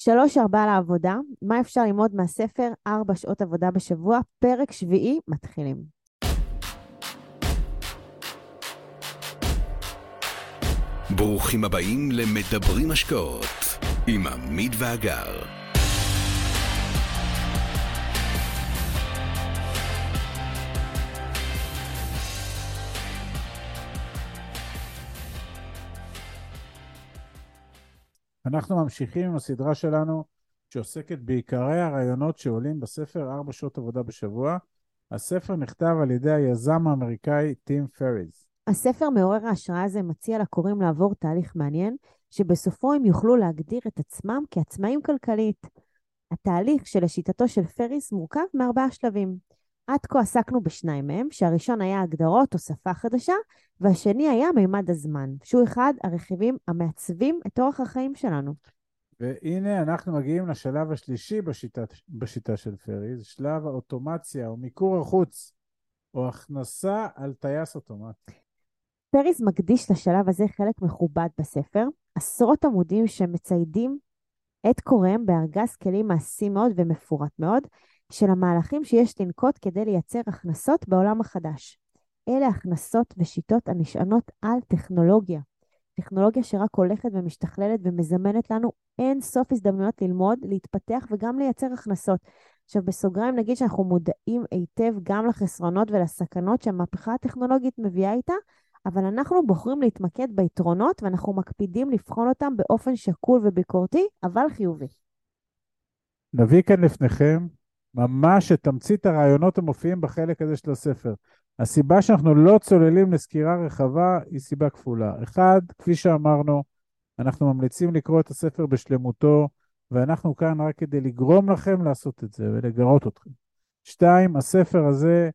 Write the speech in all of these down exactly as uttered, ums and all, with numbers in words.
שלוש ארבע לעבודה, מה אפשר ללמוד מהספר? ארבע שעות עבודה בשבוע, פרק שביעי, מתחילים. ברוכים הבאים למדברים השקעות עם עמית ואגר. אנחנו ממשיכים עם הסדרה שלנו שעוסקת בעיקרי הרעיונות שעולים בספר ארבע שעות עבודה בשבוע. הספר נכתב על ידי היזם האמריקאי טים פריז. הספר מעורר ההשראה הזה מציע לקוראים לעבור תהליך מעניין, שבסופו הם יוכלו להגדיר את עצמם כעצמאים כלכלית. התהליך שלשיטתו של פריז מורכב מארבעה שלבים. עד כה עסקנו בשניים מהם, שהראשון היה הגדרות או שפה חדשה, והשני היה מימד הזמן, שהוא אחד הרכיבים המעצבים את אורח החיים שלנו. והנה אנחנו מגיעים לשלב השלישי בשיטה, בשיטה של פריז, שלב האוטומציה או מיקור החוץ, או הכנסה על טייס אוטומטי. פריז מקדיש לשלב הזה חלק מכובד בספר, עשרות עמודים שמציידים את קוראיהם בארגז כלים מעשי מאוד ומפורט מאוד, של המהלכים שיש לנקוט כדי לייצר הכנסות בעולם החדש. אלה הכנסות ושיטות הנשענות על טכנולוגיה. טכנולוגיה שרק הולכת ומשתכללת ומזמנת לנו אין סוף הזדמנויות ללמוד, להתפתח וגם לייצר הכנסות. עכשיו בסוגריים נגיד שאנחנו מודעים היטב גם לחסרונות ולסכנות שהמהפכה הטכנולוגית מביאה איתה, אבל אנחנו בוחרים להתמקד ביתרונות ואנחנו מקפידים לבחון אותם באופן שקול וביקורתי, אבל חיובי. נביא כאן לפניכם ממש את תמצית הרעיונות המופיעים בחלק הזה של הספר. הסיבה שאנחנו לא צוללים לסקירה רחבה היא סיבה כפולה. אחד, כפי שאמרנו, אנחנו ממליצים לקרוא את הספר בשלמותו, ואנחנו כאן רק כדי לגרום לכם לעשות את זה ולגרות אתכם. שתיים, הספר הזה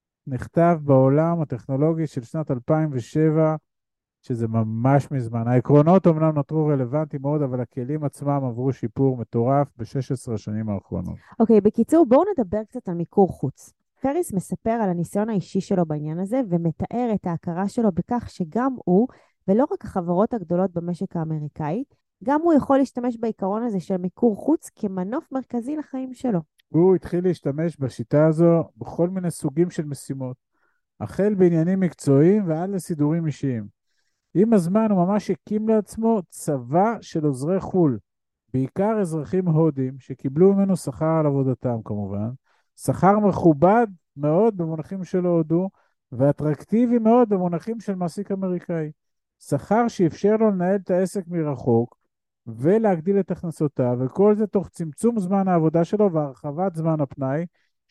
נכתב בעולם הטכנולוגי של שנת אלפיים ושבע, שזה ממש מזמן. העקרונות אומנם נותרו רלוונטיים מאוד, אבל הכלים עצמם עברו שיפור מטורף ב-שש עשרה השנים האחרונות. אוקיי, okay, בקיצור, בואו נדבר קצת על מיקור חוץ. פריס מספר על הניסיון האישי שלו בעניין הזה, ומתאר את ההכרה שלו בכך שגם הוא, ולא רק החברות הגדולות במשק האמריקאי, גם הוא יכול להשתמש בעיקרון הזה של מיקור חוץ כמנוף מרכזי לחיים שלו. הוא התחיל להשתמש בשיטה הזו בכל מיני סוגים של משימות, החל בעניינים מקצועיים ועד לסידורים אישיים. עם הזמן הוא ממש הקים לעצמו צבא של עוזרי חול, בעיקר אזרחים הודים שקיבלו ממנו שכר על עבודתם כמובן, שכר מכובד מאוד במונחים שלא הודו, ואטרקטיבי מאוד במונחים של מעסיק אמריקאי. שכר שאפשר לו לנהל את העסק מרחוק ולהגדיל את הכנסותיו, וכל זה תוך צמצום זמן העבודה שלו והרחבת זמן הפנאי,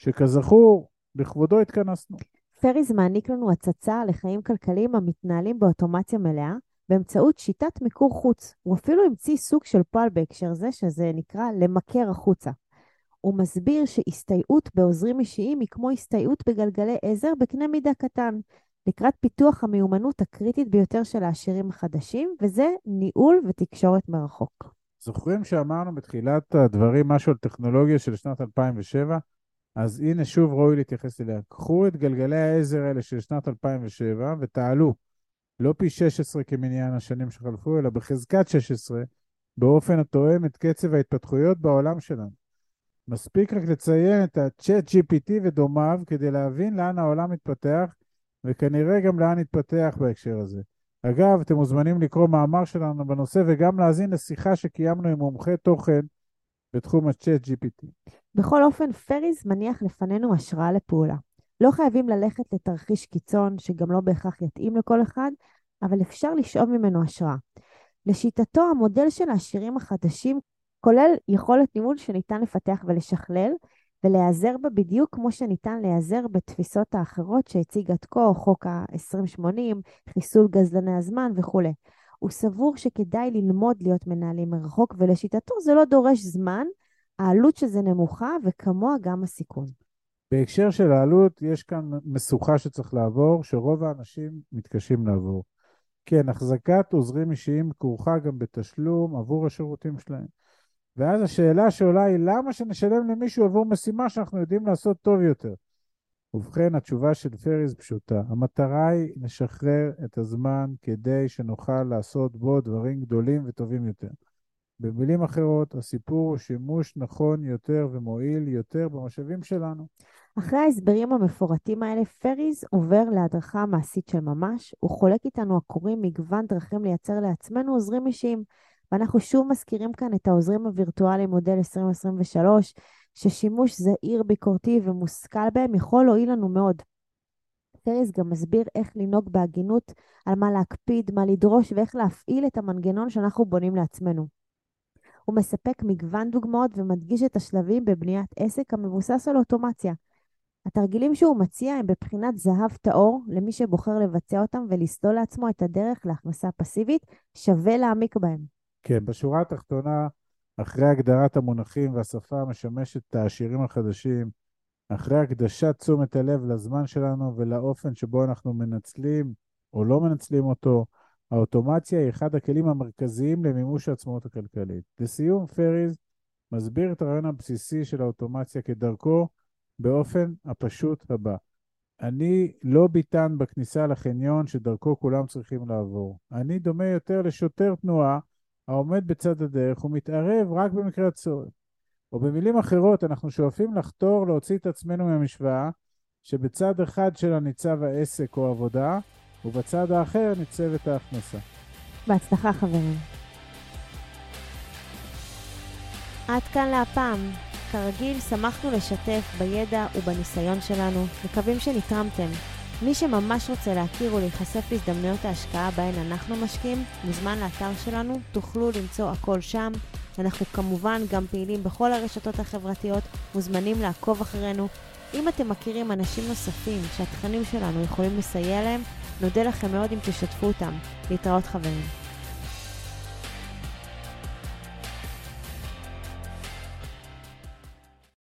שכזכור לכבודו התכנסנו. פריז מעניק לנו הצצה לחיים כלכליים המתנהלים באוטומציה מלאה, באמצעות שיטת מיקור חוץ. הוא אפילו המציא סוג של פועל בהקשר זה, שזה נקרא למכר החוצה. הוא מסביר שהסתייעות בעוזרים אישיים היא כמו הסתייעות בגלגלי עזר בקנה מידה קטן, לקראת פיתוח המיומנות הקריטית ביותר של העשירים החדשים, וזה ניהול ותקשורת מרחוק. זוכרים שאמרנו בתחילת הדברים משהו על טכנולוגיה של שנת אלפיים ושבע? אז הנה שוב ראוי להתייחס אליה. קחו את גלגלי העזר האלה של שנת אלפיים ושבע ותעלו, לא פי שש עשרה כמניין השנים שחלפו, אלא בחזקת שש עשרה, באופן התואם את קצב ההתפתחויות בעולם שלנו. מספיק רק לציין את ה-צ'אט ג'י פי טי ודומיו כדי להבין לאן העולם מתפתח, וכנראה גם לאן התפתח בהקשר הזה. אגב, אתם מוזמנים לקרוא מאמר שלנו בנושא, וגם להאזין לשיחה שקיימנו עם מומחה תוכן בתחום ה-צ'אט ג'י פי טי. בכל אופן, פריז מניח לפנינו השראה לפעולה. לא חייבים ללכת לתרחיש קיצון, שגם לא בהכרח יתאים לכל אחד, אבל אפשר לשאוב ממנו השראה. לשיטתו, המודל של העשירים החדשים כולל יכולת ניהול שניתן לפתח ולשכלל, ולהיעזר בה בדיוק כמו שניתן להיעזר בתפיסות האחרות שהציג עד כה, חוק ה-עשרים שמונים, חיסול גזלני הזמן וכו'. הוא סבור שכדאי ללמוד להיות מנהלים מרחוק, ולשיטתו זה לא דורש זמן, העלות שזה נמוכה וכמוה גם הסיכון. בהקשר של העלות, יש כאן משוכה שצריך לעבור, שרוב האנשים מתקשים לעבור. כן, החזקת עוזרים אישיים כרוכה גם בתשלום עבור השירותים שלהם. ואז השאלה שעולה היא, למה שנשלם למישהו עבור משימה שאנחנו יודעים לעשות טוב יותר? ובכן, התשובה של פריז פשוטה. המטרה היא לשחרר את הזמן כדי שנוכל לעשות בו דברים גדולים וטובים יותר. במילים אחרות, הסיפור הוא שימוש נכון יותר ומועיל יותר במשאבים שלנו. אחרי ההסברים המפורטים האלה, פריז עובר להדרכה מעשית של ממש. הוא חולק איתנו הקוראים מגוון דרכים לייצר לעצמנו עוזרים אישיים. ואנחנו שוב מזכירים כאן את העוזרים הווירטואליים מודל עשרים עשרים ושלוש, ששימוש זהיר, ביקורתי ומושכל בהם יכול להועיל לנו מאוד. פריז גם מסביר איך לנהוג בהגינות, על מה להקפיד, מה לדרוש ואיך להפעיל את המנגנון שאנחנו בונים לעצמנו. הוא מספק מגוון דוגמאות ומדגיש את השלבים בבניית עסק המבוסס על אוטומציה. התרגילים שהוא מציע הם בבחינת זהב טהור למי שבוחר לבצע אותם ולסלול לעצמו את הדרך להכנסה פסיבית, שווה להעמיק בהם. כן, בשורה התחתונה, אחרי הגדרת המונחים והשפה המשמשת את העשירים החדשים, אחרי הקדשת תשומת הלב לזמן שלנו ולאופן שבו אנחנו מנצלים או לא מנצלים אותו, האוטומציה היא אחד הכלים המרכזיים למימוש העצמאות הכלכלית. לסיום, פריז מסביר את הרעיון הבסיסי של האוטומציה כדרכו באופן הפשוט הבא. אני לא ביטן בכניסה לחניון שדרכו כולם צריכים לעבור. אני דומה יותר לשוטר תנועה העומד בצד הדרך ומתערב רק במקרה הצורך. או במילים אחרות, אנחנו שואפים לחתור להוציא את עצמנו מהמשוואה, שבצד אחד שלה ניצב העסק או עבודה, ובצד האחר ניצבת ההכנסה. בהצלחה חברים. עד כאן להפעם. כרגיל, שמחנו לשתף בידע ובניסיון שלנו. מקווים שנתרמתם. מי שממש רוצה להכיר ולהיחשף להזדמנויות ההשקעה בהן אנחנו משקיעים, מוזמן לאתר שלנו, תוכלו למצוא הכל שם. אנחנו כמובן גם פעילים בכל הרשתות החברתיות, מוזמנים לעקוב אחרינו. אם אתם מכירים אנשים נוספים שהתכנים שלנו יכולים לסייע להם, נודה לכם מאוד אם תשתפו אותם. להתראות חברים.